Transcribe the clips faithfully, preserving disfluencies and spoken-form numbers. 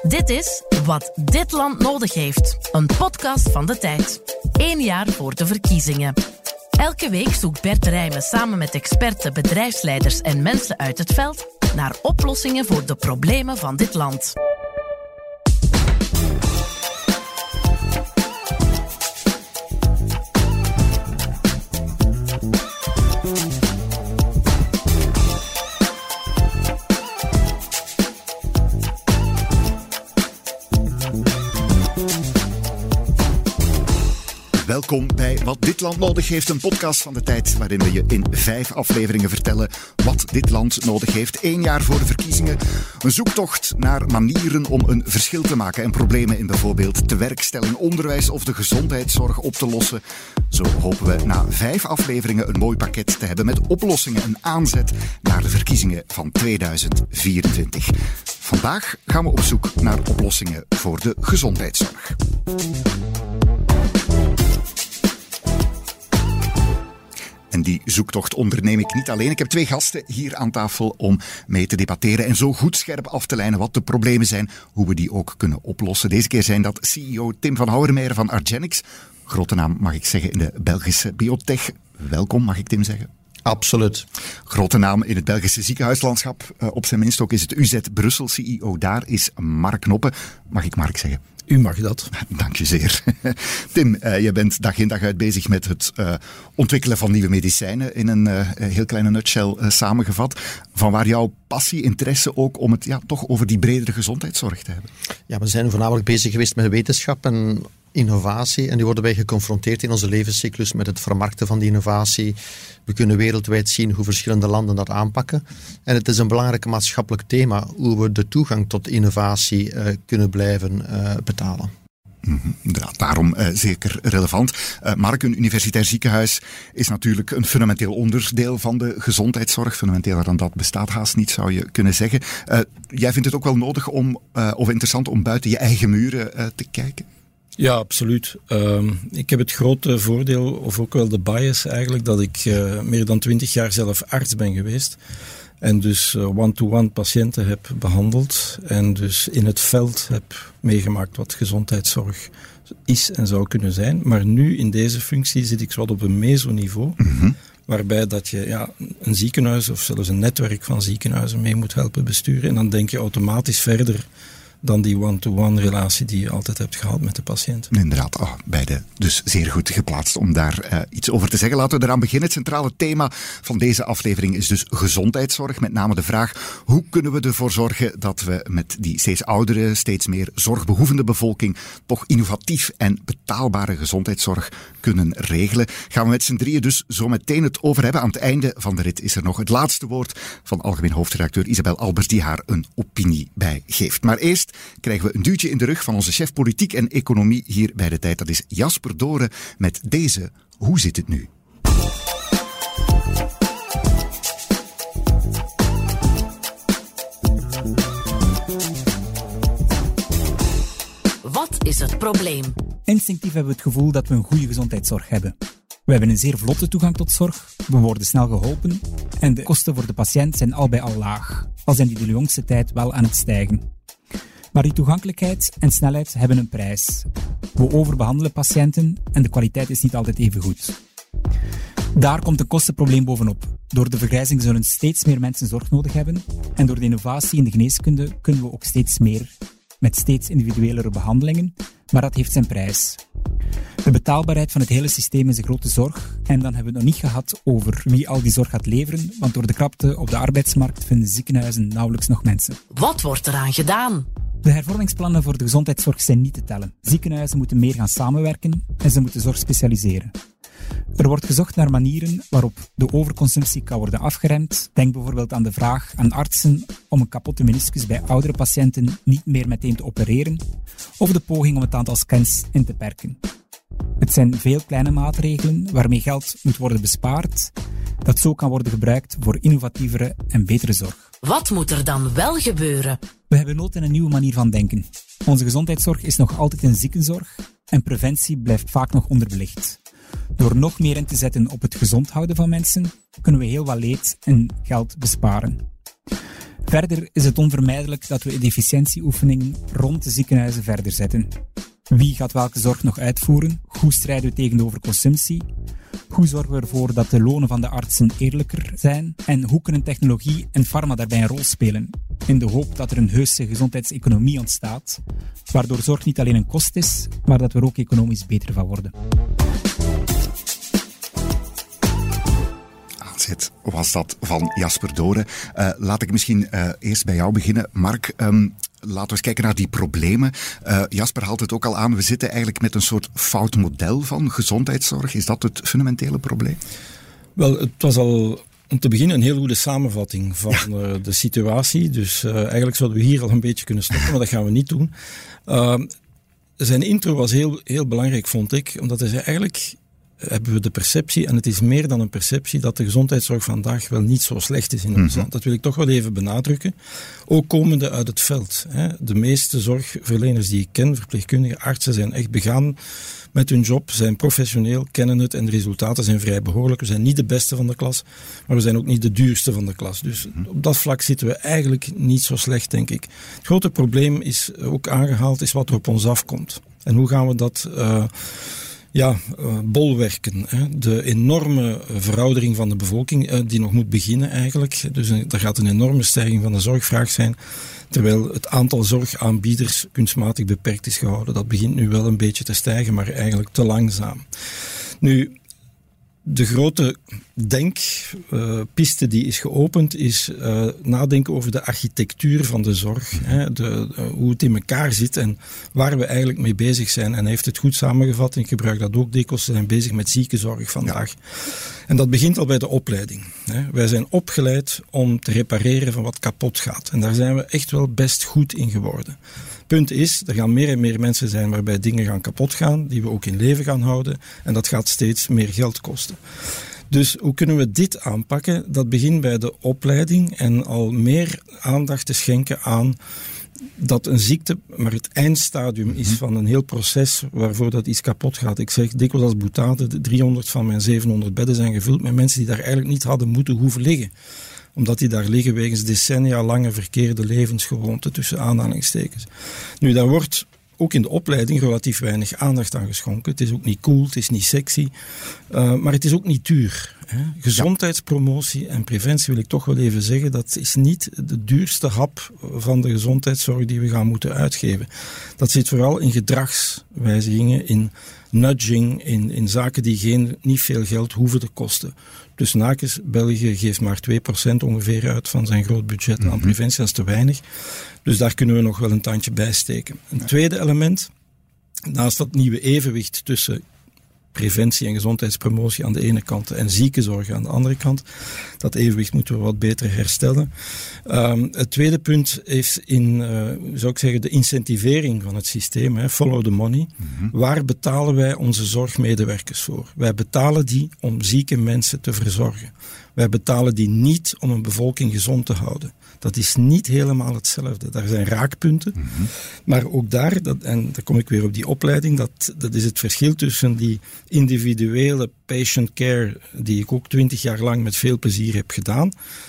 Dit is Wat dit land nodig heeft. Een podcast van De Tijd. Eén jaar voor de verkiezingen. Elke week zoekt Bert Rijmen samen met experten, bedrijfsleiders en mensen uit het veld naar oplossingen voor de problemen van dit land. Welkom bij Wat dit land nodig heeft, een podcast van De Tijd waarin we je in vijf afleveringen vertellen wat dit land nodig heeft. Eén jaar voor de verkiezingen. Een zoektocht naar manieren om een verschil te maken en problemen in bijvoorbeeld tewerkstelling, onderwijs of de gezondheidszorg op te lossen. Zo hopen we na vijf afleveringen een mooi pakket te hebben met oplossingen, een aanzet naar de verkiezingen van tweeduizend vierentwintig. Vandaag gaan we op zoek naar oplossingen voor de gezondheidszorg. En die zoektocht onderneem ik niet alleen. Ik heb twee gasten hier aan tafel om mee te debatteren en zo goed scherp af te lijnen wat de problemen zijn, hoe we die ook kunnen oplossen. Deze keer zijn dat C E O Tim van Houwermeijer van argenix. Grote naam mag ik zeggen in de Belgische biotech. Welkom, mag ik Tim zeggen? Absoluut. Grote naam in het Belgische ziekenhuislandschap. Uh, op zijn minst ook is het U Z Brussel. C E O daar is Mark Knoppen. Mag ik Mark zeggen? U mag dat. Dank je zeer. Tim, uh, je bent dag in dag uit bezig met het uh, ontwikkelen van nieuwe medicijnen in een uh, heel kleine nutshell uh, samengevat. Vanwaar jouw passie, interesse ook om het ja, toch over die bredere gezondheidszorg te hebben? Ja, we zijn voornamelijk bezig geweest met wetenschap en innovatie. En nu worden wij geconfronteerd in onze levenscyclus met het vermarkten van die innovatie. We kunnen wereldwijd zien hoe verschillende landen dat aanpakken. En het is een belangrijk maatschappelijk thema hoe we de toegang tot innovatie uh, kunnen blijven uh, betalen. Mm-hmm. Ja, daarom uh, zeker relevant. Uh, Mark, een universitair ziekenhuis is natuurlijk een fundamenteel onderdeel van de gezondheidszorg. Fundamenteler dan dat bestaat haast niet, zou je kunnen zeggen. Uh, jij vindt het ook wel nodig om, uh, of interessant om buiten je eigen muren uh, te kijken? Ja, absoluut. Uh, ik heb het grote voordeel, of ook wel de bias eigenlijk, dat ik uh, meer dan twintig jaar zelf arts ben geweest. En dus uh, one-to-one patiënten heb behandeld. En dus in het veld heb meegemaakt wat gezondheidszorg is en zou kunnen zijn. Maar nu in deze functie zit ik zo wat op een mesoniveau. Mm-hmm. Waarbij dat je ja, een ziekenhuis of zelfs een netwerk van ziekenhuizen mee moet helpen besturen. En dan denk je automatisch verder dan die one-to-one relatie die je altijd hebt gehad met de patiënt. Inderdaad, oh, beide dus zeer goed geplaatst om daar uh, iets over te zeggen. Laten we eraan beginnen. Het centrale thema van deze aflevering is dus gezondheidszorg. Met name de vraag, hoe kunnen we ervoor zorgen dat we met die steeds oudere, steeds meer zorgbehoevende bevolking toch innovatief en betaalbare gezondheidszorg kunnen regelen. Gaan we met z'n drieën dus zo meteen het over hebben. Aan het einde van de rit is er nog het laatste woord van algemeen hoofdredacteur Isabel Albers, die haar een opinie bij geeft. Maar eerst krijgen we een duwtje in de rug van onze chef politiek en economie hier bij De Tijd. Dat is Jasper Doren met deze Hoe zit het nu? Wat is het probleem? Instinctief hebben we het gevoel dat we een goede gezondheidszorg hebben. We hebben een zeer vlotte toegang tot zorg, we worden snel geholpen en de kosten voor de patiënt zijn al bij al laag, al zijn die de jongste tijd wel aan het stijgen. Maar die toegankelijkheid en snelheid hebben een prijs. We overbehandelen patiënten en de kwaliteit is niet altijd even goed. Daar komt een kostenprobleem bovenop. Door de vergrijzing zullen steeds meer mensen zorg nodig hebben en door de innovatie in de geneeskunde kunnen we ook steeds meer met steeds individuelere behandelingen, maar dat heeft zijn prijs. De betaalbaarheid van het hele systeem is een grote zorg en dan hebben we het nog niet gehad over wie al die zorg gaat leveren, want door de krapte op de arbeidsmarkt vinden ziekenhuizen nauwelijks nog mensen. Wat wordt eraan gedaan? De hervormingsplannen voor de gezondheidszorg zijn niet te tellen. Ziekenhuizen moeten meer gaan samenwerken en ze moeten zorg specialiseren. Er wordt gezocht naar manieren waarop de overconsumptie kan worden afgeremd. Denk bijvoorbeeld aan de vraag aan artsen om een kapotte meniscus bij oudere patiënten niet meer meteen te opereren, of de poging om het aantal scans in te perken. Het zijn veel kleine maatregelen waarmee geld moet worden bespaard, dat zo kan worden gebruikt voor innovatievere en betere zorg. Wat moet er dan wel gebeuren? We hebben nood aan een nieuwe manier van denken. Onze gezondheidszorg is nog altijd een ziekenzorg en preventie blijft vaak nog onderbelicht. Door nog meer in te zetten op het gezond houden van mensen, kunnen we heel wat leed en geld besparen. Verder is het onvermijdelijk dat we de efficiëntieoefening rond de ziekenhuizen verder zetten. Wie gaat welke zorg nog uitvoeren? Hoe strijden we tegen de overconsumptie? Hoe zorgen we ervoor dat de lonen van de artsen eerlijker zijn? En hoe kunnen technologie en pharma daarbij een rol spelen? In de hoop dat er een heuse gezondheidseconomie ontstaat, waardoor zorg niet alleen een kost is, maar dat we er ook economisch beter van worden. Aanzet was dat van Jasper Doren. Uh, laat ik misschien uh, eerst bij jou beginnen. Mark, um, laten we eens kijken naar die problemen. Uh, Jasper haalt het ook al aan. We zitten eigenlijk met een soort fout model van gezondheidszorg. Is dat het fundamentele probleem? Wel, het was al om te beginnen een heel goede samenvatting van ja. uh, de situatie. Dus uh, eigenlijk zouden we hier al een beetje kunnen stoppen, maar dat gaan we niet doen. Uh, zijn intro was heel, heel belangrijk, vond ik, omdat hij zei eigenlijk hebben we de perceptie, en het is meer dan een perceptie, dat de gezondheidszorg vandaag wel niet zo slecht is in ons land. Dat wil ik toch wel even benadrukken. Ook komende uit het veld. Hè. De meeste zorgverleners die ik ken, verpleegkundigen, artsen, zijn echt begaan met hun job, zijn professioneel, kennen het en de resultaten zijn vrij behoorlijk. We zijn niet de beste van de klas, maar we zijn ook niet de duurste van de klas. Dus op dat vlak zitten we eigenlijk niet zo slecht, denk ik. Het grote probleem is ook aangehaald, is wat er op ons afkomt. En hoe gaan we dat Uh, Ja, uh, bolwerken. Hè. De enorme veroudering van de bevolking, uh, die nog moet beginnen eigenlijk. Dus uh, er gaat een enorme stijging van de zorgvraag zijn, terwijl het aantal zorgaanbieders kunstmatig beperkt is gehouden. Dat begint nu wel een beetje te stijgen, maar eigenlijk te langzaam. Nu, de grote denkpiste uh, die is geopend is uh, nadenken over de architectuur van de zorg. Hè, de, uh, hoe het in elkaar zit en waar we eigenlijk mee bezig zijn. En hij heeft het goed samengevat en ik gebruik dat ook dikwijls. We zijn bezig met ziekenzorg vandaag. Ja. En dat begint al bij de opleiding. Hè. Wij zijn opgeleid om te repareren van wat kapot gaat. En daar zijn we echt wel best goed in geworden. Punt is, er gaan meer en meer mensen zijn waarbij dingen gaan kapot gaan, die we ook in leven gaan houden. En dat gaat steeds meer geld kosten. Dus hoe kunnen we dit aanpakken? Dat begint bij de opleiding en al meer aandacht te schenken aan dat een ziekte maar het eindstadium is van een heel proces waarvoor dat iets kapot gaat. Ik zeg dikwijls als boutade, de driehonderd van mijn zevenhonderd bedden zijn gevuld met mensen die daar eigenlijk niet hadden moeten hoeven liggen. Omdat die daar liggen wegens decennia lange verkeerde levensgewoonten tussen aanhalingstekens. Nu, daar wordt ook in de opleiding relatief weinig aandacht aan geschonken. Het is ook niet cool, het is niet sexy, uh, maar het is ook niet duur. Hè. Gezondheidspromotie en preventie wil ik toch wel even zeggen, dat is niet de duurste hap van de gezondheidszorg die we gaan moeten uitgeven. Dat zit vooral in gedragswijzigingen, in nudging, in, in zaken die geen, niet veel geld hoeven te kosten. Dus naakjes, België geeft maar twee procent ongeveer uit van zijn groot budget aan preventie, dat is te weinig. Dus daar kunnen we nog wel een tandje bij steken. Een tweede element, naast dat nieuwe evenwicht tussen preventie en gezondheidspromotie aan de ene kant en ziekenzorg aan de andere kant. Dat evenwicht moeten we wat beter herstellen. Um, het tweede punt heeft in, uh, zou ik zeggen, de incentivering van het systeem. Hè, follow the money. Mm-hmm. Waar betalen wij onze zorgmedewerkers voor? Wij betalen die om zieke mensen te verzorgen. Wij betalen die niet om een bevolking gezond te houden. Dat is niet helemaal hetzelfde. Daar zijn raakpunten. Mm-hmm. Maar ook daar, dat, en dan kom ik weer op die opleiding, dat, dat is het verschil tussen die individuele patient care, die ik ook twintig jaar lang met veel plezier heb gedaan,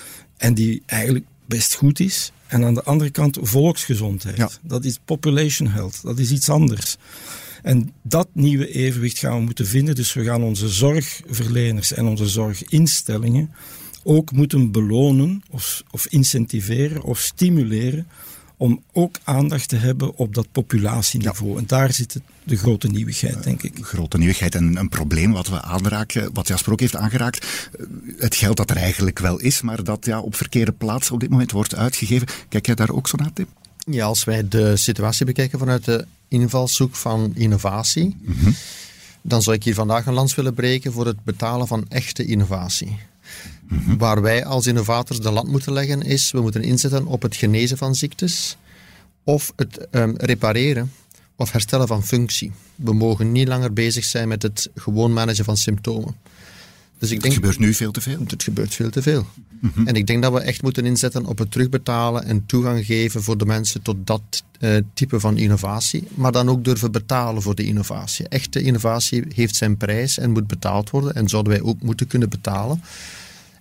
en die eigenlijk best goed is. En aan de andere kant volksgezondheid. Ja. Dat is population health. Dat is iets anders. En dat nieuwe evenwicht gaan we moeten vinden. Dus we gaan onze zorgverleners en onze zorginstellingen ook moeten belonen of, of incentiveren of stimuleren om ook aandacht te hebben op dat populatieniveau. Ja. En daar zit het, de grote nieuwigheid, denk ik. Uh, grote nieuwigheid en een probleem wat we aanraken, wat Jasper ook heeft aangeraakt. Uh, het geld dat er eigenlijk wel is, maar dat ja, op verkeerde plaatsen op dit moment wordt uitgegeven. Kijk jij daar ook zo naar, Tim? Ja, als wij de situatie bekijken vanuit de invalshoek van innovatie, mm-hmm. dan zou ik hier vandaag een lans willen breken voor het betalen van echte innovatie. Mm-hmm. Waar wij als innovators de lat moeten leggen is, we moeten inzetten op het genezen van ziektes of het um, repareren of herstellen van functie. We mogen niet langer bezig zijn met het gewoon managen van symptomen. Dus ik denk, het gebeurt nu veel te veel. Het gebeurt veel te veel. Mm-hmm. En ik denk dat we echt moeten inzetten op het terugbetalen en toegang geven voor de mensen tot dat uh, type van innovatie. Maar dan ook durven betalen voor de innovatie. Echte innovatie heeft zijn prijs en moet betaald worden. En zouden wij ook moeten kunnen betalen.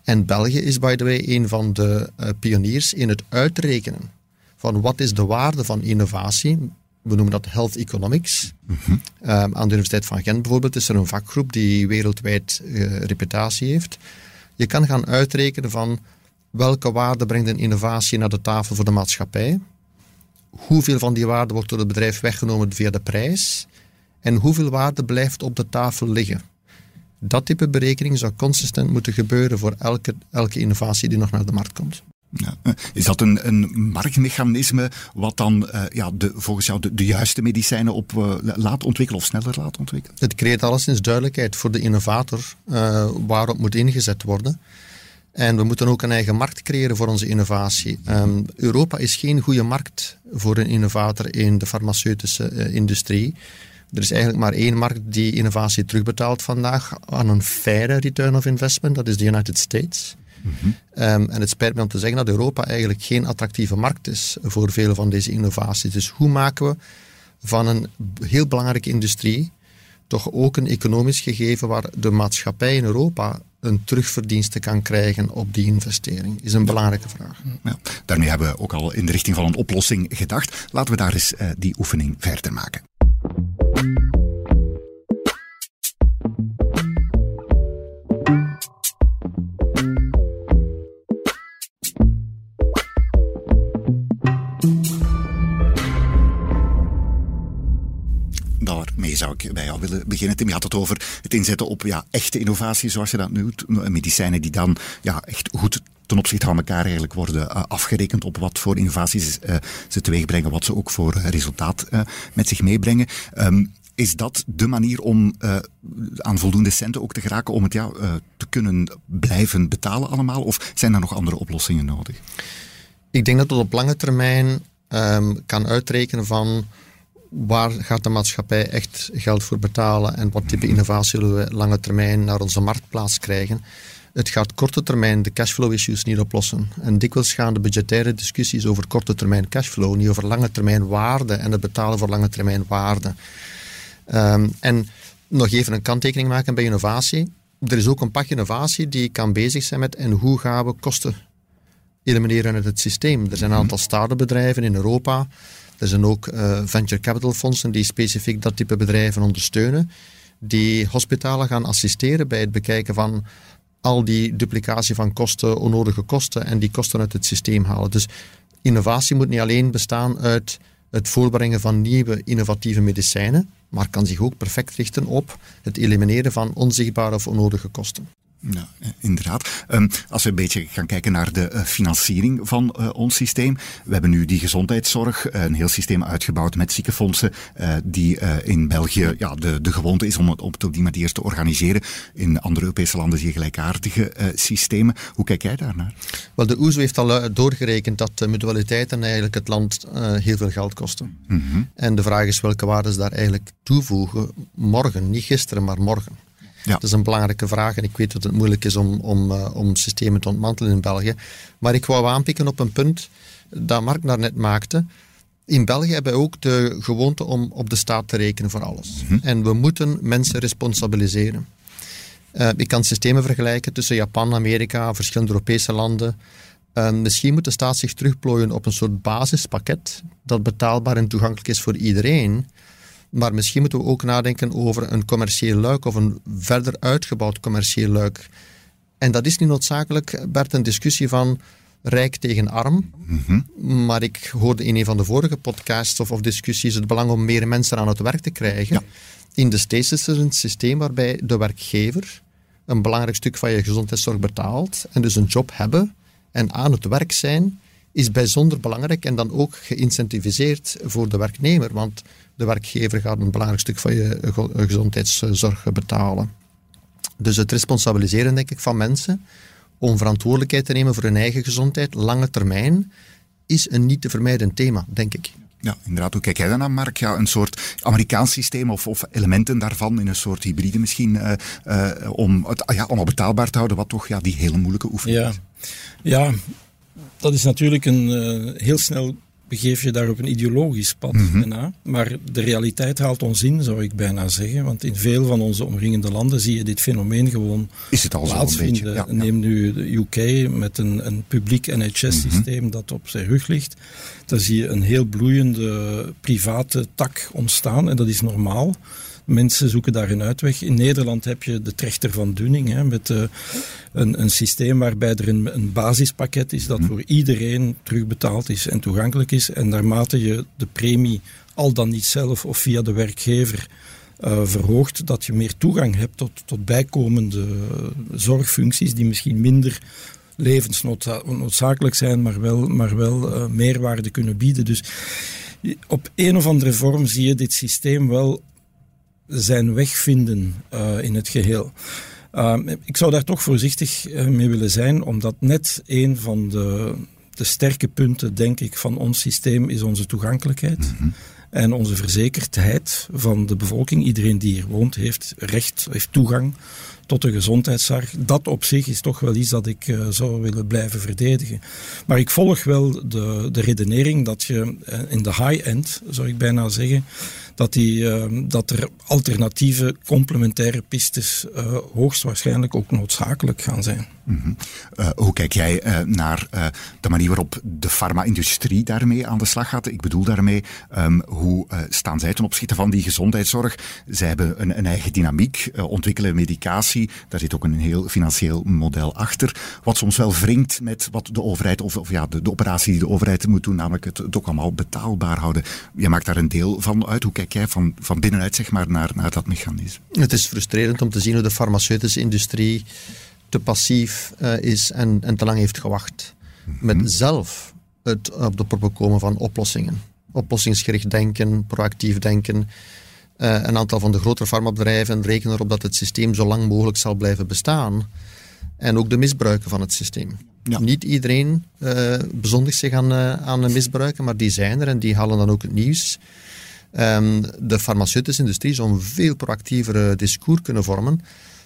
En België is, by the way, een van de uh, pioniers in het uitrekenen van wat is de waarde van innovatie. We noemen dat health economics. Mm-hmm. Um, aan de Universiteit van Gent bijvoorbeeld is er een vakgroep die wereldwijd uh, reputatie heeft. Je kan gaan uitrekenen van welke waarde brengt een innovatie naar de tafel voor de maatschappij. Hoeveel van die waarde wordt door het bedrijf weggenomen via de prijs. En hoeveel waarde blijft op de tafel liggen. Dat type berekening zou consistent moeten gebeuren voor elke, elke innovatie die nog naar de markt komt. Ja. Is dat een, een marktmechanisme wat dan uh, ja, de, volgens jou de, de juiste medicijnen op uh, laat ontwikkelen of sneller laat ontwikkelen? Het creëert alleszins duidelijkheid voor de innovator uh, waarop moet ingezet worden. En we moeten ook een eigen markt creëren voor onze innovatie. Um, Europa is geen goede markt voor een innovator in de farmaceutische uh, industrie. Er is eigenlijk maar één markt die innovatie terugbetaalt vandaag aan een faire return of investment. Dat is de United States. Mm-hmm. Um, en het spijt me om te zeggen dat Europa eigenlijk geen attractieve markt is voor veel van deze innovaties. Dus hoe maken we van een heel belangrijke industrie toch ook een economisch gegeven waar de maatschappij in Europa een terugverdienste kan krijgen op die investering? Is een belangrijke vraag. Ja, daarmee hebben we ook al in de richting van een oplossing gedacht. Laten we daar eens uh, die oefening verder maken. Daarmee zou ik bij jou willen beginnen, Tim. Je had het over het inzetten op ja, echte innovatie, zoals je dat noemt. Medicijnen die dan ja, echt goed ten opzichte van elkaar eigenlijk worden uh, afgerekend op wat voor innovaties uh, ze teweeg brengen, wat ze ook voor uh, resultaat uh, met zich meebrengen. Um, Is dat de manier om uh, aan voldoende centen ook te geraken om het ja, uh, te kunnen blijven betalen allemaal? Of zijn er nog andere oplossingen nodig? Ik denk dat het op lange termijn um, kan uitrekenen van waar gaat de maatschappij echt geld voor betalen en wat type innovatie willen we lange termijn naar onze marktplaats krijgen. Het gaat korte termijn de cashflow issues niet oplossen. En dikwijls gaan de budgettaire discussies over korte termijn cashflow, niet over lange termijn waarde en het betalen voor lange termijn waarde. Um, en nog even een kanttekening maken bij innovatie. Er is ook een pak innovatie die kan bezig zijn met en hoe gaan we kosten elimineren uit het systeem. Er zijn een aantal start-up bedrijven in Europa. Er zijn ook uh, venture capital fondsen die specifiek dat type bedrijven ondersteunen. Die hospitalen gaan assisteren bij het bekijken van al die duplicatie van kosten, onnodige kosten en die kosten uit het systeem halen. Dus innovatie moet niet alleen bestaan uit het voorbrengen van nieuwe innovatieve medicijnen, maar kan zich ook perfect richten op het elimineren van onzichtbare of onnodige kosten. Ja, inderdaad. Um, als we een beetje gaan kijken naar de uh, financiering van uh, ons systeem. We hebben nu die gezondheidszorg, uh, een heel systeem uitgebouwd met ziekenfondsen, uh, die uh, in België ja, de, de gewoonte is om het op die manier te organiseren. In andere Europese landen zie je gelijkaardige uh, systemen. Hoe kijk jij daarnaar? Wel, de O E S O heeft al uh, doorgerekend dat uh, mutualiteiten eigenlijk het land uh, heel veel geld kosten. Mm-hmm. En de vraag is welke waarde ze daar eigenlijk toevoegen morgen. Niet gisteren, maar morgen. Ja. Dat is een belangrijke vraag en ik weet dat het moeilijk is om, om, uh, om systemen te ontmantelen in België. Maar ik wou aanpikken op een punt dat Mark daar net maakte. In België hebben we ook de gewoonte om op de staat te rekenen voor alles. Mm-hmm. En we moeten mensen responsabiliseren. Uh, ik kan systemen vergelijken tussen Japan, Amerika, verschillende Europese landen. Uh, misschien moet de staat zich terugplooien op een soort basispakket dat betaalbaar en toegankelijk is voor iedereen. Maar misschien moeten we ook nadenken over een commercieel luik of een verder uitgebouwd commercieel luik. En dat is niet noodzakelijk, Bert, een discussie van rijk tegen arm. Mm-hmm. Maar ik hoorde in een van de vorige podcasts of, of discussies het belang om meer mensen aan het werk te krijgen. Ja. In de States is er een systeem waarbij de werkgever een belangrijk stuk van je gezondheidszorg betaalt en dus een job hebben en aan het werk zijn is bijzonder belangrijk en dan ook geïncentiviseerd voor de werknemer, want de werkgever gaat een belangrijk stuk van je gezondheidszorg betalen. Dus het responsabiliseren, denk ik, van mensen om verantwoordelijkheid te nemen voor hun eigen gezondheid, lange termijn, is een niet te vermijden thema, denk ik. Ja, inderdaad. Hoe kijk jij dan aan, Mark? Ja, een soort Amerikaans systeem of, of elementen daarvan in een soort hybride misschien, uh, uh, om het ja, allemaal betaalbaar te houden, wat toch ja, die hele moeilijke oefening ja. is. Ja, dat is natuurlijk een uh, heel snel begeef je daar op een ideologisch pad Mm-hmm. bijna. Maar de realiteit haalt ons in, zou ik bijna zeggen. Want in veel van onze omringende landen zie je dit fenomeen gewoon Is het al zo een plaatsvinden. beetje? Ja, ja. Neem nu de U K met een, een publiek N H S-systeem Mm-hmm. dat op zijn rug ligt. Daar zie je een heel bloeiende private tak ontstaan en dat is normaal. Mensen zoeken daar een uitweg. In Nederland heb je de trechter van Dunning, hè, met uh, een, een systeem waarbij er een, een basispakket is dat Mm. voor iedereen terugbetaald is en toegankelijk is. En naarmate je de premie al dan niet zelf of via de werkgever uh, verhoogt, dat je meer toegang hebt tot, tot bijkomende zorgfuncties die misschien minder levensnoodzakelijk zijn, maar wel, maar wel uh, meerwaarde kunnen bieden. Dus op een of andere vorm zie je dit systeem wel zijn weg vinden uh, in het geheel. Uh, ik zou daar toch voorzichtig uh, mee willen zijn, omdat net een van de, de sterke punten, denk ik, van ons systeem is onze toegankelijkheid. Mm-hmm. En onze verzekerdheid van de bevolking. Iedereen die hier woont heeft recht, heeft toegang tot de gezondheidszorg. Dat op zich is toch wel iets dat ik uh, zou willen blijven verdedigen. Maar ik volg wel de, de redenering dat je uh, in de high-end, zou ik bijna zeggen, dat, die, uh, dat er alternatieve complementaire pistes uh, hoogstwaarschijnlijk ook noodzakelijk gaan zijn. Mm-hmm. Uh, hoe kijk jij uh, naar uh, de manier waarop de farma-industrie daarmee aan de slag gaat? Ik bedoel daarmee, um, hoe uh, staan zij ten opzichte van die gezondheidszorg? Zij hebben een, een eigen dynamiek, uh, ontwikkelen medicatie. Daar zit ook een heel financieel model achter. Wat soms wel wringt met wat de overheid, of, of ja, de, de operatie die de overheid moet doen, namelijk het, het ook allemaal betaalbaar houden. Jij maakt daar een deel van uit. Hoe kijk jij van, van binnenuit zeg maar, naar, naar dat mechanisme? Het is frustrerend om te zien hoe de farmaceutische industrie te passief uh, is en, en te lang heeft gewacht. Mm-hmm. Met zelf het op de proppen komen van oplossingen. Oplossingsgericht denken, proactief denken. Uh, een aantal van de grotere farmabedrijven rekenen erop dat het systeem zo lang mogelijk zal blijven bestaan. En ook de misbruiken van het systeem. Ja. Niet iedereen uh, bezondigt zich aan, uh, aan misbruiken, maar die zijn er en die halen dan ook het nieuws. Um, de farmaceutische industrie zou een veel proactievere discours kunnen vormen.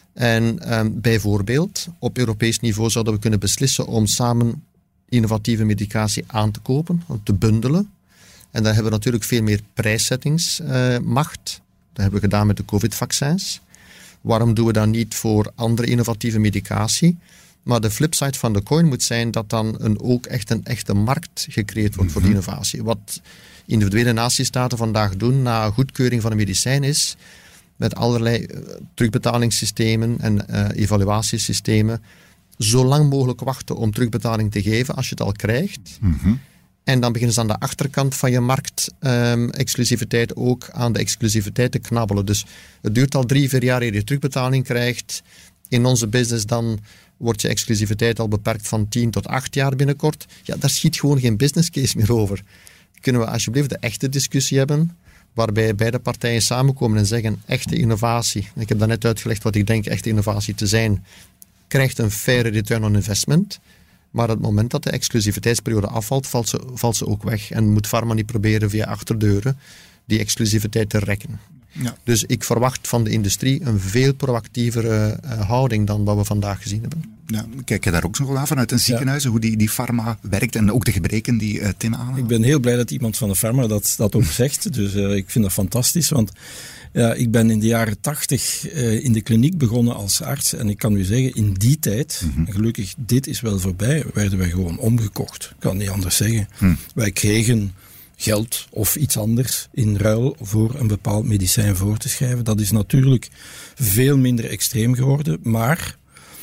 En um, bijvoorbeeld, op Europees niveau zouden we kunnen beslissen om samen innovatieve medicatie aan te kopen, te bundelen. En dan hebben we natuurlijk veel meer prijszettingsmacht. Uh, dat hebben we gedaan met de COVID-vaccins. Waarom doen we dat niet voor andere innovatieve medicatie? Maar de flipside van de coin moet zijn dat dan een, ook echt een echte markt gecreëerd wordt voor die innovatie. Wat individuele natiestaten vandaag doen na goedkeuring van een medicijn is, met allerlei uh, terugbetalingssystemen en uh, evaluatiesystemen, zo lang mogelijk wachten om terugbetaling te geven als je het al krijgt. Mm-hmm. En dan beginnen ze aan de achterkant van je markt-exclusiviteit um, ook aan de exclusiviteit te knabbelen. Dus het duurt al drie, vier jaar eer je terugbetaling krijgt. In onze business dan wordt je exclusiviteit al beperkt van tien tot acht jaar binnenkort. Ja, daar schiet gewoon geen business case meer over. Kunnen we alsjeblieft de echte discussie hebben, waarbij beide partijen samenkomen en zeggen, echte innovatie, ik heb daarnet uitgelegd wat ik denk echte innovatie te zijn, krijgt een faire return on investment, maar op het moment dat de exclusiviteitsperiode afvalt, valt ze, valt ze ook weg en moet pharma niet proberen via achterdeuren die exclusiviteit te rekken. Ja. Dus ik verwacht van de industrie een veel proactievere uh, houding dan wat we vandaag gezien hebben. Ja, kijk je daar ook zo naar vanuit een ziekenhuis, ja. hoe die, die pharma werkt en ook de gebreken die uh, Tim aanhaalt? Ik ben heel blij dat iemand van de pharma dat, dat ook zegt, dus uh, ik vind dat fantastisch, want ja, ik ben in de jaren tachtig uh, in de kliniek begonnen als arts en ik kan u zeggen, in die tijd, mm-hmm. gelukkig dit is wel voorbij, werden wij gewoon omgekocht. Ik kan niet anders zeggen. Mm. Wij kregen geld of iets anders in ruil voor een bepaald medicijn voor te schrijven. Dat is natuurlijk veel minder extreem geworden, maar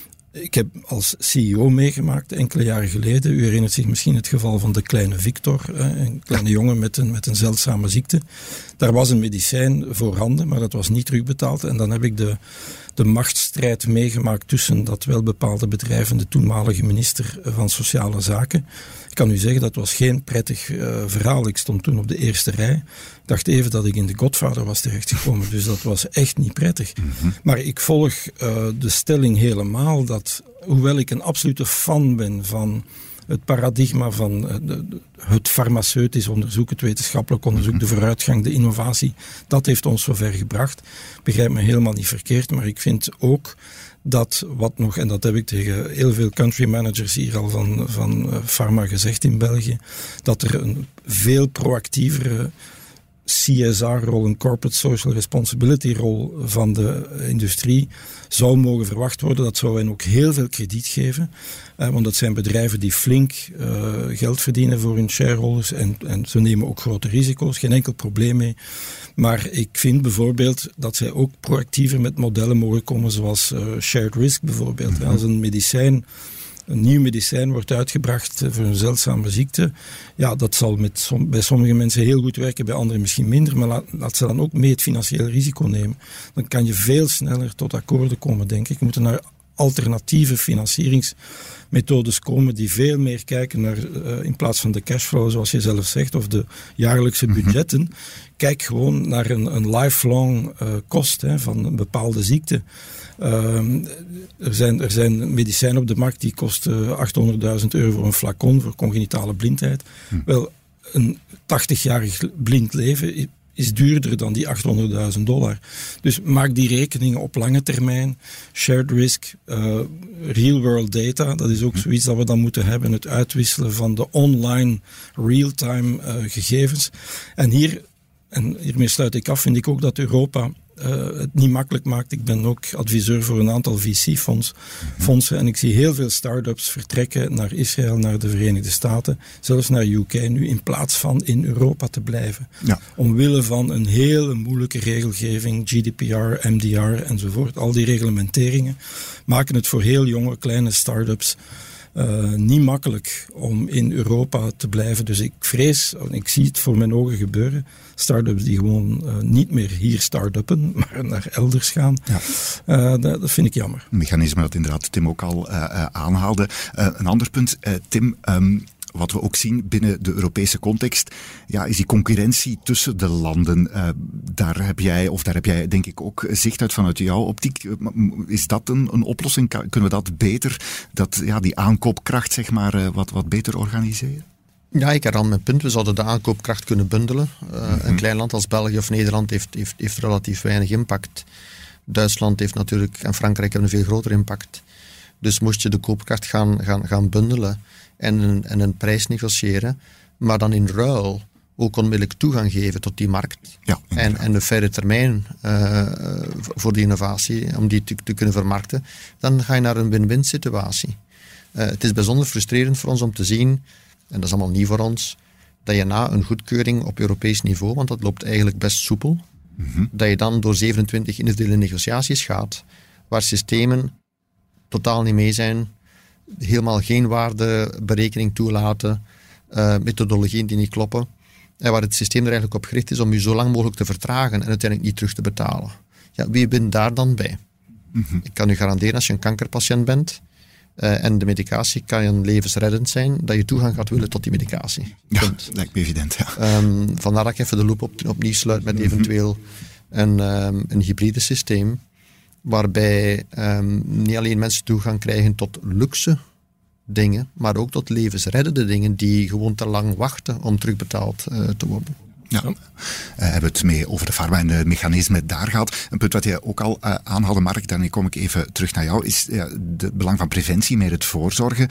ik heb als C E O meegemaakt enkele jaren geleden, u herinnert zich misschien het geval van de kleine Victor, een kleine jongen met een, met een zeldzame ziekte. Daar was een medicijn voorhanden, maar dat was niet terugbetaald. En dan heb ik de, de machtsstrijd meegemaakt tussen dat welbepaalde bedrijf en de toenmalige minister van Sociale Zaken. Ik kan u zeggen, dat was geen prettig uh, verhaal. Ik stond toen op de eerste rij. Ik dacht even dat ik in de Godfather was terechtgekomen, dus dat was echt niet prettig. Mm-hmm. Maar ik volg uh, de stelling helemaal dat, hoewel ik een absolute fan ben van het paradigma van uh, de, het farmaceutisch onderzoek, het wetenschappelijk onderzoek, de vooruitgang, de innovatie, dat heeft ons zover gebracht. Begrijp me helemaal niet verkeerd, maar ik vind ook dat wat nog, en dat heb ik tegen heel veel country managers hier al van, van uh, pharma gezegd in België, dat er een veel proactievere C S R-rol, een corporate social responsibility-rol van de industrie zou mogen verwacht worden. Dat zou hen ook heel veel krediet geven. Eh, want dat zijn bedrijven die flink uh, geld verdienen voor hun shareholders en, en ze nemen ook grote risico's, geen enkel probleem mee. Maar ik vind bijvoorbeeld dat zij ook proactiever met modellen mogen komen zoals uh, shared risk bijvoorbeeld. Mm-hmm. Als een medicijn een nieuw medicijn wordt uitgebracht voor een zeldzame ziekte, ja, dat zal met som, bij sommige mensen heel goed werken, bij anderen misschien minder, maar laat, laat ze dan ook mee het financiële risico nemen. Dan kan je veel sneller tot akkoorden komen, denk ik. We moeten naar alternatieve financieringsmethodes komen die veel meer kijken naar, uh, in plaats van de cashflow, zoals je zelf zegt, of de jaarlijkse budgetten. Mm-hmm. Kijk gewoon naar een, een lifelong uh, kost hè, van een bepaalde ziekte. Uh, er, zijn, er zijn medicijnen op de markt die kosten achthonderdduizend euro voor een flacon voor congenitale blindheid. Hm. Wel, een tachtigjarig blind leven is duurder dan die achthonderdduizend dollar. Dus maak die rekeningen op lange termijn. Shared risk, uh, real world data, dat is ook zoiets dat we dan moeten hebben. Het uitwisselen van de online real-time uh, gegevens. En hier, en hiermee sluit ik af, vind ik ook dat Europa Uh, het niet makkelijk maakt. Ik ben ook adviseur voor een aantal V C-fondsen mm-hmm. en ik zie heel veel start-ups vertrekken naar Israël, naar de Verenigde Staten, zelfs naar U K nu, in plaats van in Europa te blijven. Ja. Omwille van een hele moeilijke regelgeving, G D P R, M D R enzovoort. Al die reglementeringen maken het voor heel jonge, kleine start-ups Uh, niet makkelijk om in Europa te blijven. Dus ik vrees, ik zie het voor mijn ogen gebeuren, start-ups die gewoon uh, niet meer hier start-uppen, maar naar elders gaan. Ja. Uh, dat, dat vind ik jammer. Een mechanisme dat inderdaad Tim ook al uh, uh, aanhaalde. Uh, een ander punt, uh, Tim, um, wat we ook zien binnen de Europese context, ja, is die concurrentie tussen de landen. Uh, daar heb jij, of daar heb jij denk ik ook zicht uit vanuit jouw optiek. Is dat een, een oplossing? Kunnen we dat beter, dat, ja, die aankoopkracht zeg maar, uh, wat, wat beter organiseren? Ja, ik herhaal mijn punt. We zouden de aankoopkracht kunnen bundelen. Uh, mm-hmm. Een klein land als België of Nederland heeft, heeft, heeft relatief weinig impact. Duitsland heeft natuurlijk, en Frankrijk hebben een veel groter impact. Dus moest je de koopkracht gaan, gaan, gaan bundelen en een, en een prijs negociëren, maar dan in ruil ook onmiddellijk toegang geven tot die markt. Ja, en, en de verre termijn uh, voor die innovatie, om die te, te kunnen vermarkten, dan ga je naar een win-win situatie. Uh, het is bijzonder frustrerend voor ons om te zien, en dat is allemaal nieuw voor ons, dat je na een goedkeuring op Europees niveau, want dat loopt eigenlijk best soepel, mm-hmm. dat je dan door zevenentwintig individuele negociaties gaat, waar systemen totaal niet mee zijn, helemaal geen waardeberekening toelaten, uh, methodologieën die niet kloppen, en waar het systeem er eigenlijk op gericht is om je zo lang mogelijk te vertragen en uiteindelijk niet terug te betalen. Ja, wie bent daar dan bij? Mm-hmm. Ik kan u garanderen, als je een kankerpatiënt bent uh, en de medicatie kan levensreddend zijn, dat je toegang gaat willen tot die medicatie. Ja, dat lijkt me evident. Ja. Um, vandaar dat ik even de loop op, opnieuw sluit met eventueel een, um, een hybride systeem, waarbij um, niet alleen mensen toegang krijgen tot luxe dingen, maar ook tot levensreddende dingen die gewoon te lang wachten om terugbetaald uh, te worden. Ja, uh, hebben we het mee over de pharma en de mechanismen daar gehad. Een punt wat je ook al uh, aanhaalde, Mark, daarmee kom ik even terug naar jou, is uh, het belang van preventie, meer het voorzorgen.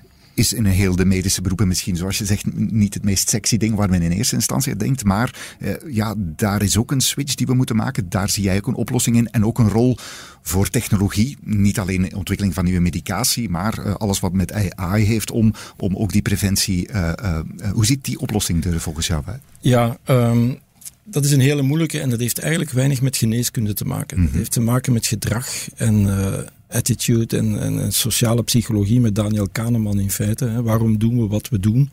Is in heel de medische beroepen misschien, zoals je zegt, niet het meest sexy ding waar men in eerste instantie denkt. Maar uh, ja, daar is ook een switch die we moeten maken. Daar zie jij ook een oplossing in. En ook een rol voor technologie. Niet alleen de ontwikkeling van nieuwe medicatie, maar uh, alles wat met A I heeft om, om ook die preventie... Uh, uh, hoe ziet die oplossing er volgens jou uit? Ja, um, dat is een hele moeilijke en dat heeft eigenlijk weinig met geneeskunde te maken. Mm-hmm. Dat heeft te maken met gedrag en... Uh, attitude en, en, en sociale psychologie met Daniel Kahneman in feite. Hè. Waarom doen we wat we doen?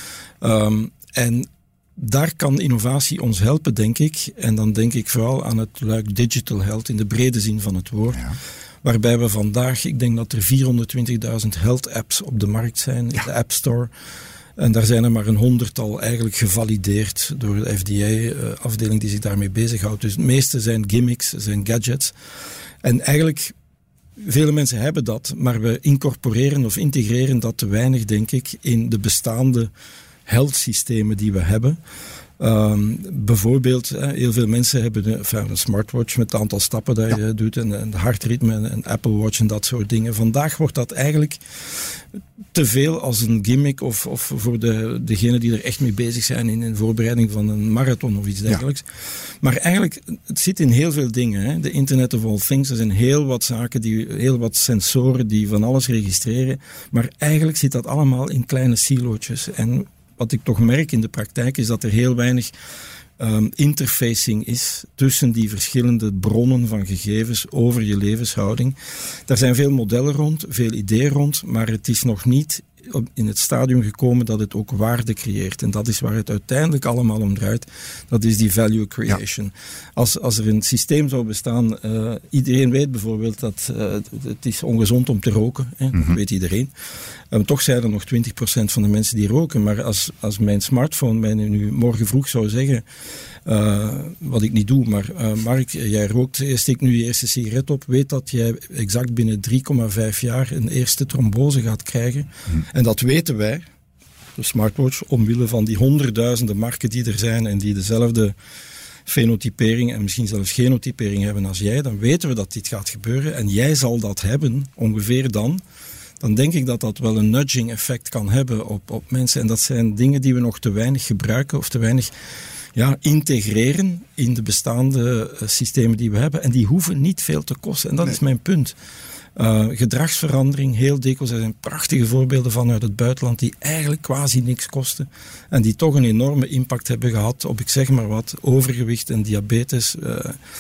Um, en daar kan innovatie ons helpen, denk ik. En dan denk ik vooral aan het luik digital health in de brede zin van het woord. Ja. Waarbij we vandaag, ik denk dat er vierhonderdtwintigduizend health apps op de markt zijn, in ja. de App Store. En daar zijn er maar een honderdtal eigenlijk gevalideerd door de F D A-afdeling die zich daarmee bezighoudt. Dus het meeste zijn gimmicks, zijn gadgets. En eigenlijk... Vele mensen hebben dat, maar we incorporeren of integreren dat te weinig, denk ik, in de bestaande health systemen die we hebben. Um, bijvoorbeeld, eh, heel veel mensen hebben een, enfin, een smartwatch met het aantal stappen dat je ja. doet en een hartritme en een Apple Watch en dat soort dingen. Vandaag wordt dat eigenlijk te veel als een gimmick of, of voor de, degenen die er echt mee bezig zijn in de voorbereiding van een marathon of iets dergelijks. Ja. Maar eigenlijk, het zit in heel veel dingen. Hè. De Internet of All Things, er zijn heel wat zaken, die, heel wat sensoren die van alles registreren. Maar eigenlijk zit dat allemaal in kleine silootjes. En wat ik toch merk in de praktijk is dat er heel weinig um, interfacing is tussen die verschillende bronnen van gegevens over je levenshouding. Daar zijn veel modellen rond, veel ideeën rond, maar het is nog niet in het stadium gekomen dat het ook waarde creëert. En dat is waar het uiteindelijk allemaal om draait. Dat is die value creation. Ja. Als, als er een systeem zou bestaan, uh, iedereen weet bijvoorbeeld dat uh, het is ongezond om te roken. Hè? Dat mm-hmm. weet iedereen. Uh, toch zijn er nog twintig procent van de mensen die roken. Maar als, als mijn smartphone mij nu morgen vroeg zou zeggen, uh, wat ik niet doe, maar uh, Mark, jij rookt, je steekt nu je eerste sigaret op, weet dat jij exact binnen drie komma vijf jaar een eerste trombose gaat krijgen. Mm. En dat weten wij, de smartwatch, omwille van die honderdduizenden marken die er zijn en die dezelfde fenotypering en misschien zelfs genotypering hebben als jij, dan weten we dat dit gaat gebeuren en jij zal dat hebben ongeveer dan. Dan denk ik dat dat wel een nudging effect kan hebben op, op mensen. En dat zijn dingen die we nog te weinig gebruiken of te weinig ja, integreren in de bestaande uh, systemen die we hebben. En die hoeven niet veel te kosten. En dat nee. is mijn punt. Uh, gedragsverandering, heel dikwijls, er zijn prachtige voorbeelden van uit het buitenland die eigenlijk quasi niks kosten en die toch een enorme impact hebben gehad op, ik zeg maar wat, overgewicht en diabetes uh,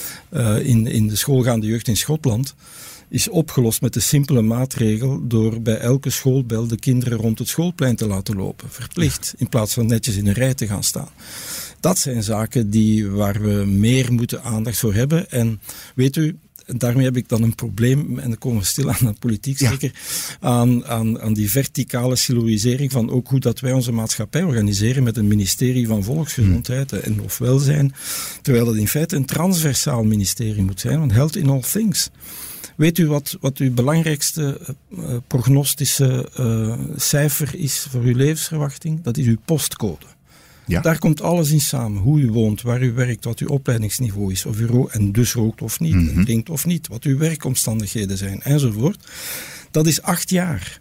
uh, in, in de schoolgaande jeugd in Schotland. Is opgelost met de simpele maatregel door bij elke schoolbel de kinderen rond het schoolplein te laten lopen. Verplicht, in plaats van netjes in een rij te gaan staan. Dat zijn zaken die, waar we meer moeten aandacht voor hebben. En weet u, daarmee heb ik dan een probleem, en dan komen we stil aan de politiek zeker, ja. aan, aan, aan die verticale siloïsering van ook hoe dat wij onze maatschappij organiseren met een ministerie van Volksgezondheid hmm. en of welzijn, terwijl dat in feite een transversaal ministerie moet zijn, want health in all things. Weet u wat, wat uw belangrijkste uh, prognostische uh, cijfer is voor uw levensverwachting? Dat is uw postcode. Ja. Daar komt alles in samen. Hoe u woont, waar u werkt, wat uw opleidingsniveau is, of u ro- en dus rookt of niet, mm-hmm. en drinkt of niet, wat uw werkomstandigheden zijn, enzovoort. Dat is acht jaar.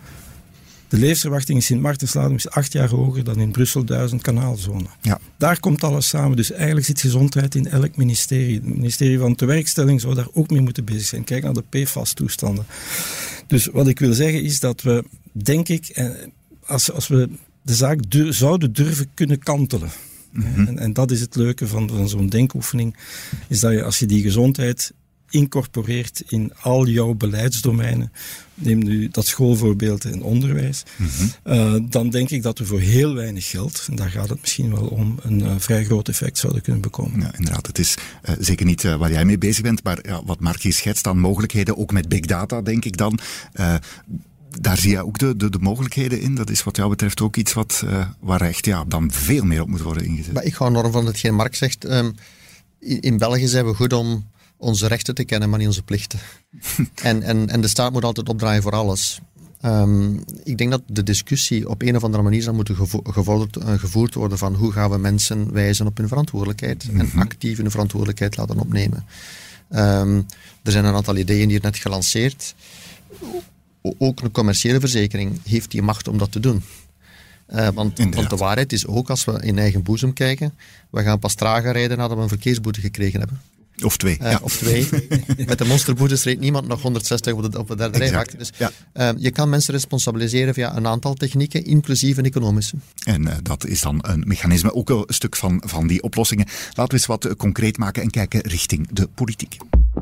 De levensverwachting in Sint Maartensladem is acht jaar hoger dan in Brussel duizend kanaalzone. Ja. Daar komt alles samen. Dus eigenlijk zit gezondheid in elk ministerie. Het ministerie van Tewerkstelling zou daar ook mee moeten bezig zijn. Kijk naar de P F A S-toestanden. Dus wat ik wil zeggen is dat we, denk ik, als, als we de zaak du- zouden durven kunnen kantelen. Mm-hmm. En, en dat is het leuke van, van zo'n denkoefening, is dat je als je die gezondheid incorporeert in al jouw beleidsdomeinen, neem nu dat schoolvoorbeeld en onderwijs, mm-hmm. uh, dan denk ik dat we voor heel weinig geld, en daar gaat het misschien wel om, een uh, vrij groot effect zouden kunnen bekomen. Ja, inderdaad. Het is uh, zeker niet uh, waar jij mee bezig bent, maar ja, wat Mark hier schetst aan mogelijkheden, ook met big data, denk ik dan. Uh, Daar zie je ook de, de, de mogelijkheden in. Dat is wat jou betreft ook iets wat, uh, waar echt ja, dan veel meer op moet worden ingezet. Maar ik ga enorm van hetgeen Mark zegt. Um, in, in België zijn we goed om onze rechten te kennen, maar niet onze plichten. en, en, en de staat moet altijd opdraaien voor alles. Um, ik denk dat de discussie op een of andere manier zou moeten gevo- gevorderd, uh, gevoerd worden van hoe gaan we mensen wijzen op hun verantwoordelijkheid mm-hmm. en actief hun verantwoordelijkheid laten opnemen. Um, er zijn een aantal ideeën hier net gelanceerd. Ook een commerciële verzekering heeft die macht om dat te doen. Uh, want, want de waarheid is ook, als we in eigen boezem kijken, we gaan pas trager rijden nadat we een verkeersboete gekregen hebben. Of twee. Uh, ja. Of twee. Met de monsterboetes reed niemand nog honderdzestig op de, op de derde rijvak. Dus ja. uh, je kan mensen responsabiliseren via een aantal technieken, inclusief een economische. En uh, dat is dan een mechanisme, ook een stuk van, van die oplossingen. Laten we eens wat uh, concreet maken en kijken richting de politiek.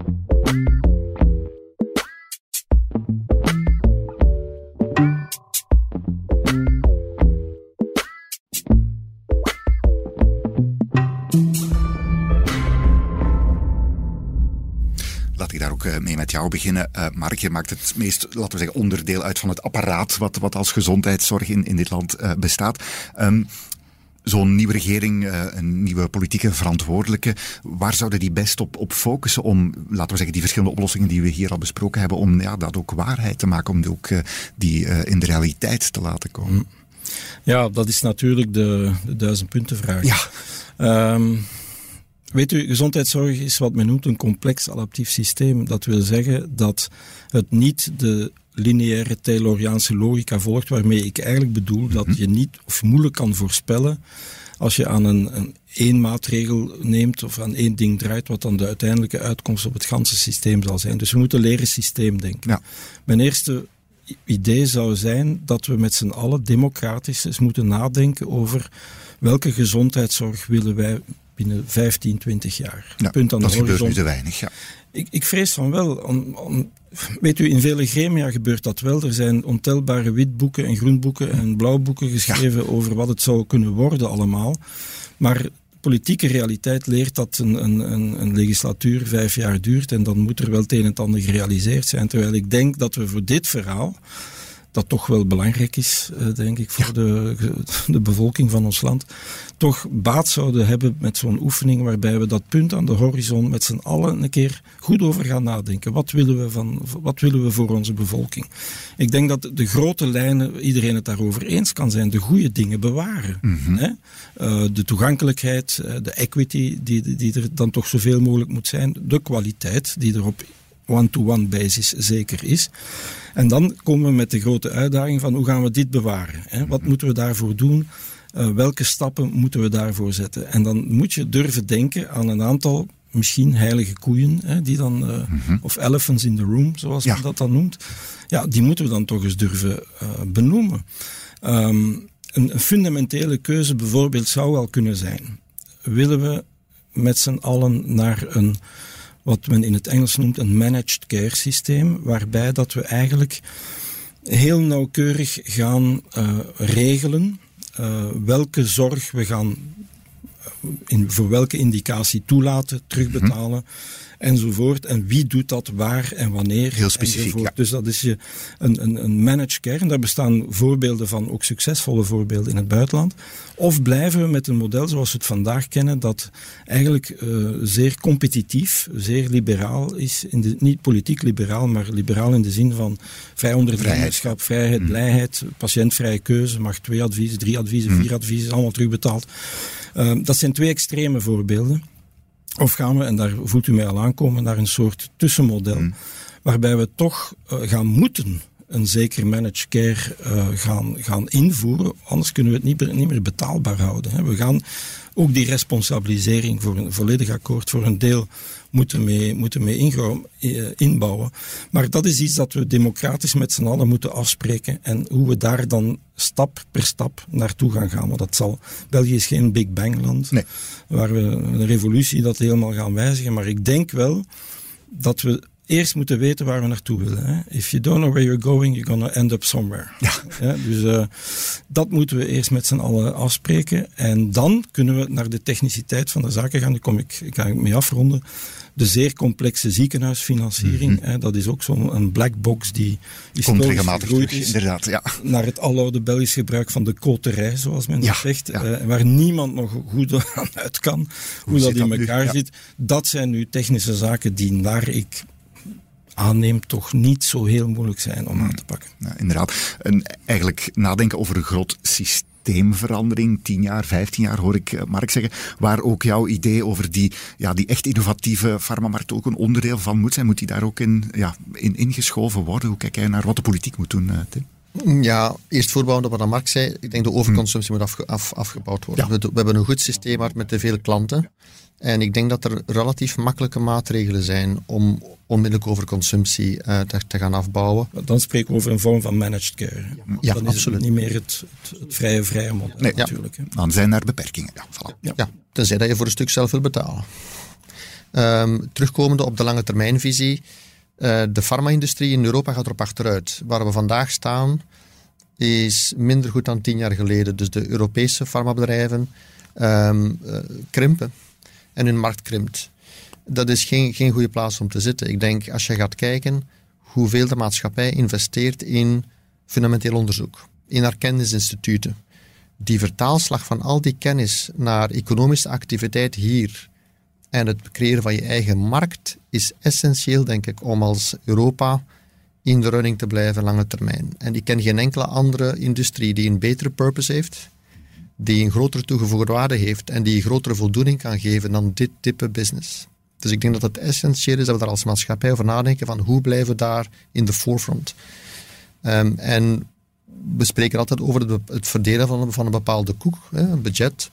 Laat ik daar ook mee met jou beginnen. Uh, Mark, je maakt het meest, laten we zeggen, onderdeel uit van het apparaat wat, wat als gezondheidszorg in, in dit land uh, bestaat. Um, zo'n nieuwe regering, uh, een nieuwe politieke verantwoordelijke, waar zouden die best op, op focussen om, laten we zeggen, die verschillende oplossingen die we hier al besproken hebben, om ja, dat ook waarheid te maken, om die ook uh, die uh, in de realiteit te laten komen? Ja, dat is natuurlijk de, de duizendpuntenvraag. Ja. Um, Weet u, gezondheidszorg is wat men noemt een complex adaptief systeem. Dat wil zeggen dat het niet de lineaire Tayloriaanse logica volgt, waarmee ik eigenlijk bedoel dat je niet of moeilijk kan voorspellen als je aan een, een één maatregel neemt of aan één ding draait, wat dan de uiteindelijke uitkomst op het ganse systeem zal zijn. Dus we moeten leren systeemdenken. Ja. Mijn eerste idee zou zijn dat we met z'n allen democratisch eens moeten nadenken over welke gezondheidszorg willen wij binnen vijftien, twintig jaar. Ja, Punt aan dat de horizon. gebeurt nu te weinig, ja. Ik, ik vrees van wel. Om, om, weet u, in vele gremia gebeurt dat wel. Er zijn ontelbare witboeken en groenboeken en blauwboeken geschreven ja. over wat het zou kunnen worden allemaal. Maar de politieke realiteit leert dat een, een, een, een legislatuur vijf jaar duurt en dan moet er wel het een en het ander gerealiseerd zijn. Terwijl ik denk dat we voor dit verhaal, dat toch wel belangrijk is, denk ik, voor ja. de, de bevolking van ons land, toch baat zouden hebben met zo'n oefening waarbij we dat punt aan de horizon met z'n allen een keer goed over gaan nadenken. Wat willen we, van, wat willen we voor onze bevolking? Ik denk dat de grote lijnen, iedereen het daarover eens kan zijn, de goede dingen bewaren. Mm-hmm. Hè? Uh, de toegankelijkheid, de equity die, die er dan toch zoveel mogelijk moet zijn, de kwaliteit die er op one-to-one basis zeker is. En dan komen we met de grote uitdaging van hoe gaan we dit bewaren? Hè? Wat moeten we daarvoor doen? Uh, welke stappen moeten we daarvoor zetten? En dan moet je durven denken aan een aantal misschien heilige koeien, hè, die dan, uh, mm-hmm. of elephants in the room, zoals ja. men dat dan noemt. Ja, die moeten we dan toch eens durven uh, benoemen. Um, een, een fundamentele keuze bijvoorbeeld zou wel kunnen zijn. Willen we met z'n allen naar een, wat men in het Engels noemt, een managed care systeem, waarbij dat we eigenlijk heel nauwkeurig gaan uh, regelen uh, welke zorg we gaan in, voor welke indicatie toelaten, terugbetalen, mm-hmm. enzovoort. En wie doet dat, waar en wanneer. Heel specifiek, ja. Dus dat is je een, een, een managed care. En daar bestaan voorbeelden van, ook succesvolle voorbeelden in het buitenland. Of blijven we met een model zoals we het vandaag kennen, dat eigenlijk uh, zeer competitief, zeer liberaal is. In de, niet politiek liberaal, maar liberaal in de zin van vrij ondernemerschap, vrijheid, vrijheid mm. blijheid, patiëntvrije keuze, mag twee adviezen, drie adviezen, mm. vier adviezen, allemaal terugbetaald. Uh, dat zijn twee extreme voorbeelden. Of gaan we, en daar voelt u mij al aankomen, naar een soort tussenmodel, mm. waarbij we toch uh, gaan moeten een zeker managed care uh, gaan, gaan invoeren, anders kunnen we het niet, niet meer betaalbaar houden. Hè. We gaan ook die responsabilisering voor een volledig akkoord voor een deel moeten mee, moeten mee ingouwen, inbouwen. Maar dat is iets dat we democratisch met z'n allen moeten afspreken en hoe we daar dan stap per stap naartoe gaan gaan. Want dat zal, België is geen Big Bang land, nee. waar we een revolutie dat helemaal gaan wijzigen. Maar ik denk wel dat we eerst moeten weten waar we naartoe willen. Hè. If you don't know where you're going, you're gonna end up somewhere. Ja. Ja, dus uh, dat moeten we eerst met z'n allen afspreken. En dan kunnen we naar de techniciteit van de zaken gaan. Daar kom ik, ik ga ik mee afronden. De zeer complexe ziekenhuisfinanciering. Mm-hmm. Hè, dat is ook zo'n black box die historisch gegroeid is. Inderdaad, ja. Naar het aloude Belgisch gebruik van de koterij, zoals men ja, dat zegt. Ja. Uh, waar niemand nog goed aan uit kan. Hoe, hoe dat in dat elkaar nu? zit. Ja. Dat zijn nu technische zaken die naar ik aanneemt toch niet zo heel moeilijk zijn om aan te pakken. Ja, inderdaad. En eigenlijk nadenken over een groot systeemverandering, tien jaar, vijftien jaar, hoor ik Mark zeggen, waar ook jouw idee over die, ja, die echt innovatieve farmamarkt ook een onderdeel van moet zijn. Moet die daar ook in, ja, in ingeschoven worden? Hoe kijk jij naar wat de politiek moet doen, Tim? Ja, eerst voorbouwend op wat Mark zei. Ik denk de overconsumptie hmm. moet afge, af, afgebouwd worden. Ja. We, we hebben een goed systeem met te veel klanten. En ik denk dat er relatief makkelijke maatregelen zijn om onmiddellijk overconsumptie uh, te, te gaan afbouwen. Dan spreken we over een vorm van managed care. Ja, dan is absoluut. Het niet meer het, het, het vrije, vrije model nee, natuurlijk. Ja. Dan zijn er beperkingen. Ja, voilà. ja. ja, tenzij dat je voor een stuk zelf wil betalen. Um, terugkomende op de lange termijnvisie. Uh, de farma-industrie in Europa gaat erop achteruit. Waar we vandaag staan is minder goed dan tien jaar geleden. Dus de Europese farmabedrijven um, uh, krimpen en hun markt krimpt. Dat is geen, geen goede plaats om te zitten. Ik denk, als je gaat kijken hoeveel de maatschappij investeert in fundamenteel onderzoek, in haar kennisinstituten, die vertaalslag van al die kennis naar economische activiteit hier en het creëren van je eigen markt is essentieel, denk ik, om als Europa in de running te blijven lange termijn. En ik ken geen enkele andere industrie die een betere purpose heeft, die een grotere toegevoegde waarde heeft en die een grotere voldoening kan geven dan dit type business. Dus ik denk dat het essentieel is dat we daar als maatschappij over nadenken van hoe blijven we daar in de forefront. Um, en we spreken altijd over het, het verdelen van, van een bepaalde koek, hè, een budget.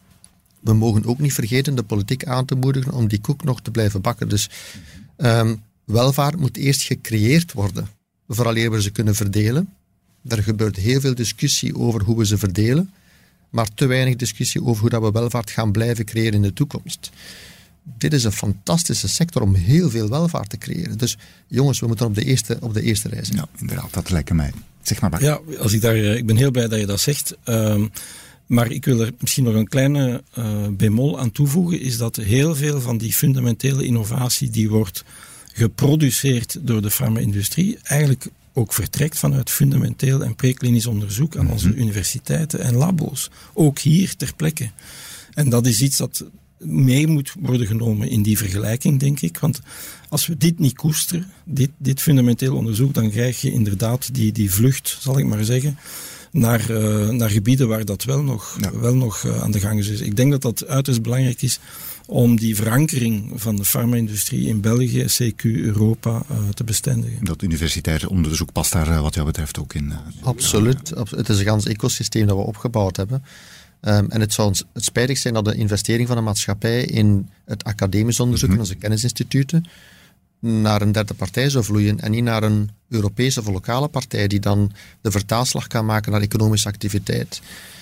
We mogen ook niet vergeten de politiek aan te moedigen om die koek nog te blijven bakken. Dus um, welvaart moet eerst gecreëerd worden, vooraleer we ze kunnen verdelen. Er gebeurt heel veel discussie over hoe we ze verdelen, maar te weinig discussie over hoe dat we welvaart gaan blijven creëren in de toekomst. Dit is een fantastische sector om heel veel welvaart te creëren. Dus jongens, we moeten op de eerste, op de eerste rij zijn. Ja, inderdaad, dat lijkt mij. Zeg maar, Bart. Ja, als ik, daar, ik ben heel blij dat je dat zegt. Uh, maar ik wil er misschien nog een kleine uh, bemol aan toevoegen, is dat heel veel van die fundamentele innovatie die wordt geproduceerd door de farma-industrie eigenlijk ook vertrekt vanuit fundamenteel en preklinisch onderzoek aan onze mm-hmm. universiteiten en labo's. Ook hier ter plekke. En dat is iets dat mee moet worden genomen in die vergelijking, denk ik. Want als we dit niet koesteren, dit, dit fundamenteel onderzoek, dan krijg je inderdaad die, die vlucht, zal ik maar zeggen, naar, uh, naar gebieden waar dat wel nog, ja. wel nog uh, aan de gang is. Dus ik denk dat dat uiterst belangrijk is om die verankering van de farma-industrie in België, C Q, Europa, uh, te bestendigen. Dat universitair onderzoek past daar uh, wat jou betreft ook in. Uh, Absoluut. Ja. Het is een gans ecosysteem dat we opgebouwd hebben. Um, en het zou ons het spijtig zijn dat de investering van de maatschappij in het academisch onderzoek, mm-hmm. in onze kennisinstituten, naar een derde partij zou vloeien en niet naar een Europese of lokale partij die dan de vertaalslag kan maken naar economische activiteit.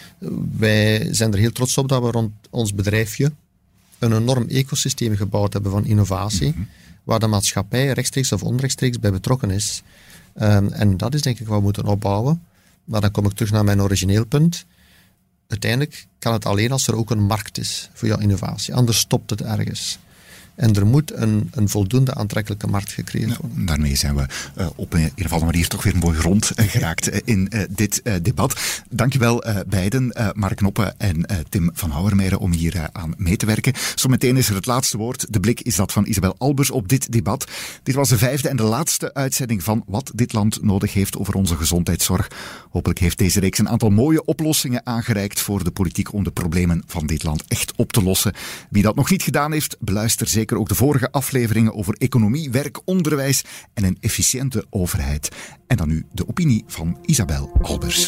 Wij zijn er heel trots op dat we rond ons bedrijfje een enorm ecosysteem gebouwd hebben van innovatie, mm-hmm. waar de maatschappij rechtstreeks of onrechtstreeks bij betrokken is. Um, en dat is denk ik wat we moeten opbouwen. Maar dan kom ik terug naar mijn origineel punt. Uiteindelijk kan het alleen als er ook een markt is voor jouw innovatie. Anders stopt het ergens. En er moet een, een voldoende aantrekkelijke markt gecreëerd worden. Ja, daarmee zijn we uh, op een, in ieder geval manier toch weer mooi rond uh, geraakt uh, in uh, dit uh, debat. Dankjewel uh, beiden, uh, Mark Noppe en uh, Tim van Houwermeijeren, om hier uh, aan mee te werken. Zometeen is er het laatste woord. De blik is dat van Isabel Albers op dit debat. Dit was de vijfde en de laatste uitzending van Wat dit land nodig heeft over onze gezondheidszorg. Hopelijk heeft deze reeks een aantal mooie oplossingen aangereikt voor de politiek om de problemen van dit land echt op te lossen. Wie dat nog niet gedaan heeft, beluister zeker ook de vorige afleveringen over economie, werk, onderwijs en een efficiënte overheid. En dan nu de opinie van Isabel Albers.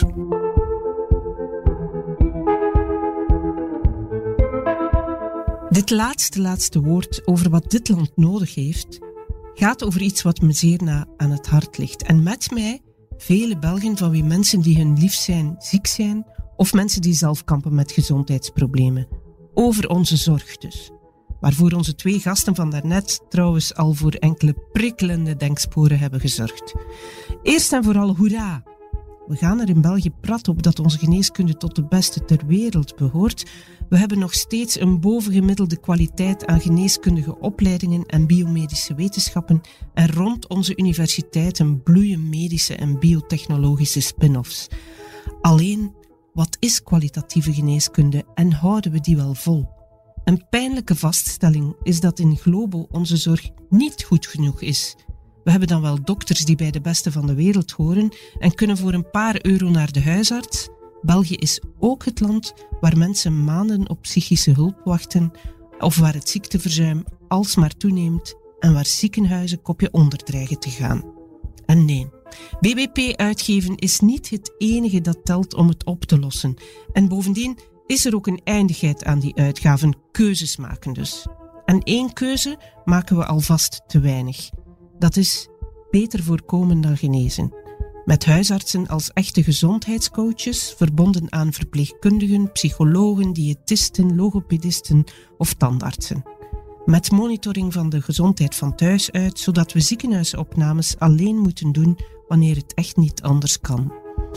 Dit laatste, laatste woord over wat dit land nodig heeft, gaat over iets wat me zeer na aan het hart ligt. En met mij vele Belgen van wie mensen die hun lief zijn ziek zijn, of mensen die zelf kampen met gezondheidsproblemen. Over onze zorg dus. Waarvoor onze twee gasten van daarnet trouwens al voor enkele prikkelende denksporen hebben gezorgd. Eerst en vooral hoera! We gaan er in België prat op dat onze geneeskunde tot de beste ter wereld behoort. We hebben nog steeds een bovengemiddelde kwaliteit aan geneeskundige opleidingen en biomedische wetenschappen en rond onze universiteiten bloeien medische en biotechnologische spin-offs. Alleen, wat is kwalitatieve geneeskunde en houden we die wel vol? Een pijnlijke vaststelling is dat in Globo onze zorg niet goed genoeg is. We hebben dan wel dokters die bij de beste van de wereld horen en kunnen voor een paar euro naar de huisarts. België is ook het land waar mensen maanden op psychische hulp wachten of waar het ziekteverzuim alsmaar toeneemt en waar ziekenhuizen kopje onder dreigen te gaan. En nee, B B P uitgeven is niet het enige dat telt om het op te lossen. En bovendien is er ook een eindigheid aan die uitgaven, keuzes maken dus. En één keuze maken we alvast te weinig. Dat is beter voorkomen dan genezen. Met huisartsen als echte gezondheidscoaches, verbonden aan verpleegkundigen, psychologen, diëtisten, logopedisten of tandartsen. Met monitoring van de gezondheid van thuis uit, zodat we ziekenhuisopnames alleen moeten doen wanneer het echt niet anders kan.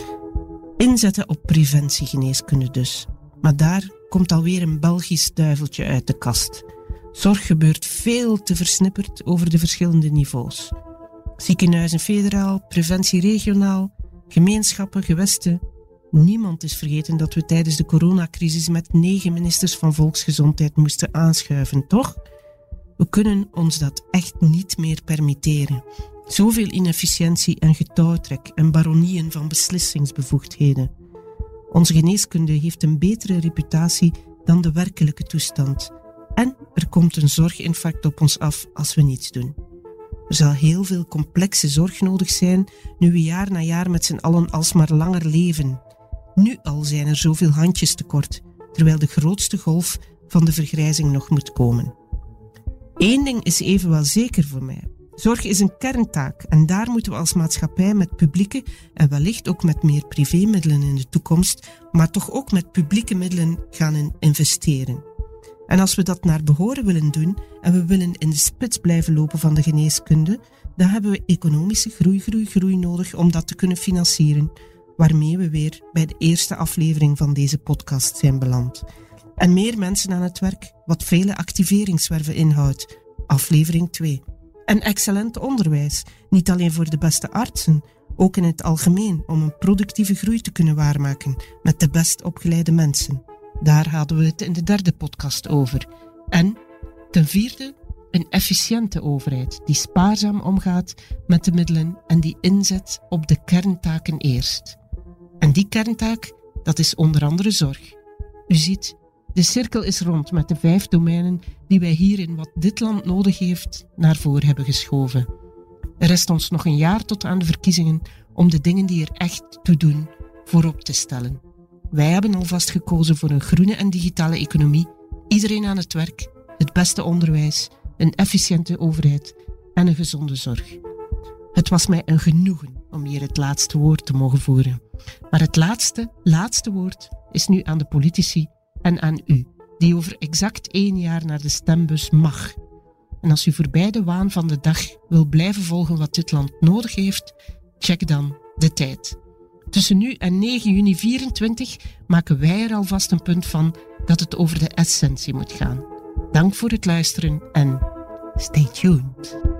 Inzetten op preventiegeneeskunde dus. Maar daar komt alweer een Belgisch duiveltje uit de kast. Zorg gebeurt veel te versnipperd over de verschillende niveaus. Ziekenhuizen federaal, preventie regionaal, gemeenschappen, gewesten. Niemand is vergeten dat we tijdens de coronacrisis met negen ministers van Volksgezondheid moesten aanschuiven, toch? We kunnen ons dat echt niet meer permitteren. Zoveel inefficiëntie en getouwtrek en baronieën van beslissingsbevoegdheden. Onze geneeskunde heeft een betere reputatie dan de werkelijke toestand. En er komt een zorginfarct op ons af als we niets doen. Er zal heel veel complexe zorg nodig zijn nu we jaar na jaar met z'n allen alsmaar langer leven. Nu al zijn er zoveel handjes tekort, terwijl de grootste golf van de vergrijzing nog moet komen. Eén ding is evenwel zeker voor mij. Zorg is een kerntaak en daar moeten we als maatschappij met publieke en wellicht ook met meer privémiddelen in de toekomst, maar toch ook met publieke middelen gaan investeren. En als we dat naar behoren willen doen en we willen in de spits blijven lopen van de geneeskunde, dan hebben we economische groei, groei, groei nodig om dat te kunnen financieren, waarmee we weer bij de eerste aflevering van deze podcast zijn beland. En meer mensen aan het werk, wat vele activeringswerven inhoudt, aflevering twee. En excellent onderwijs, niet alleen voor de beste artsen, ook in het algemeen om een productieve groei te kunnen waarmaken met de best opgeleide mensen. Daar hadden we het in de derde podcast over. En ten vierde, een efficiënte overheid die spaarzaam omgaat met de middelen en die inzet op de kerntaken eerst. En die kerntaak, dat is onder andere zorg. U ziet, de cirkel is rond met de vijf domeinen die wij hier in Wat Dit Land Nodig Heeft naar voren hebben geschoven. Er rest ons nog een jaar tot aan de verkiezingen om de dingen die er echt toe doen voorop te stellen. Wij hebben alvast gekozen voor een groene en digitale economie, iedereen aan het werk, het beste onderwijs, een efficiënte overheid en een gezonde zorg. Het was mij een genoegen om hier het laatste woord te mogen voeren. Maar het laatste, laatste woord is nu aan de politici en aan u, die over exact één jaar naar de stembus mag. En als u voorbij de waan van de dag wil blijven volgen wat dit land nodig heeft, check dan De Tijd. Tussen nu en negen juni vierentwintig maken wij er alvast een punt van dat het over de essentie moet gaan. Dank voor het luisteren en stay tuned.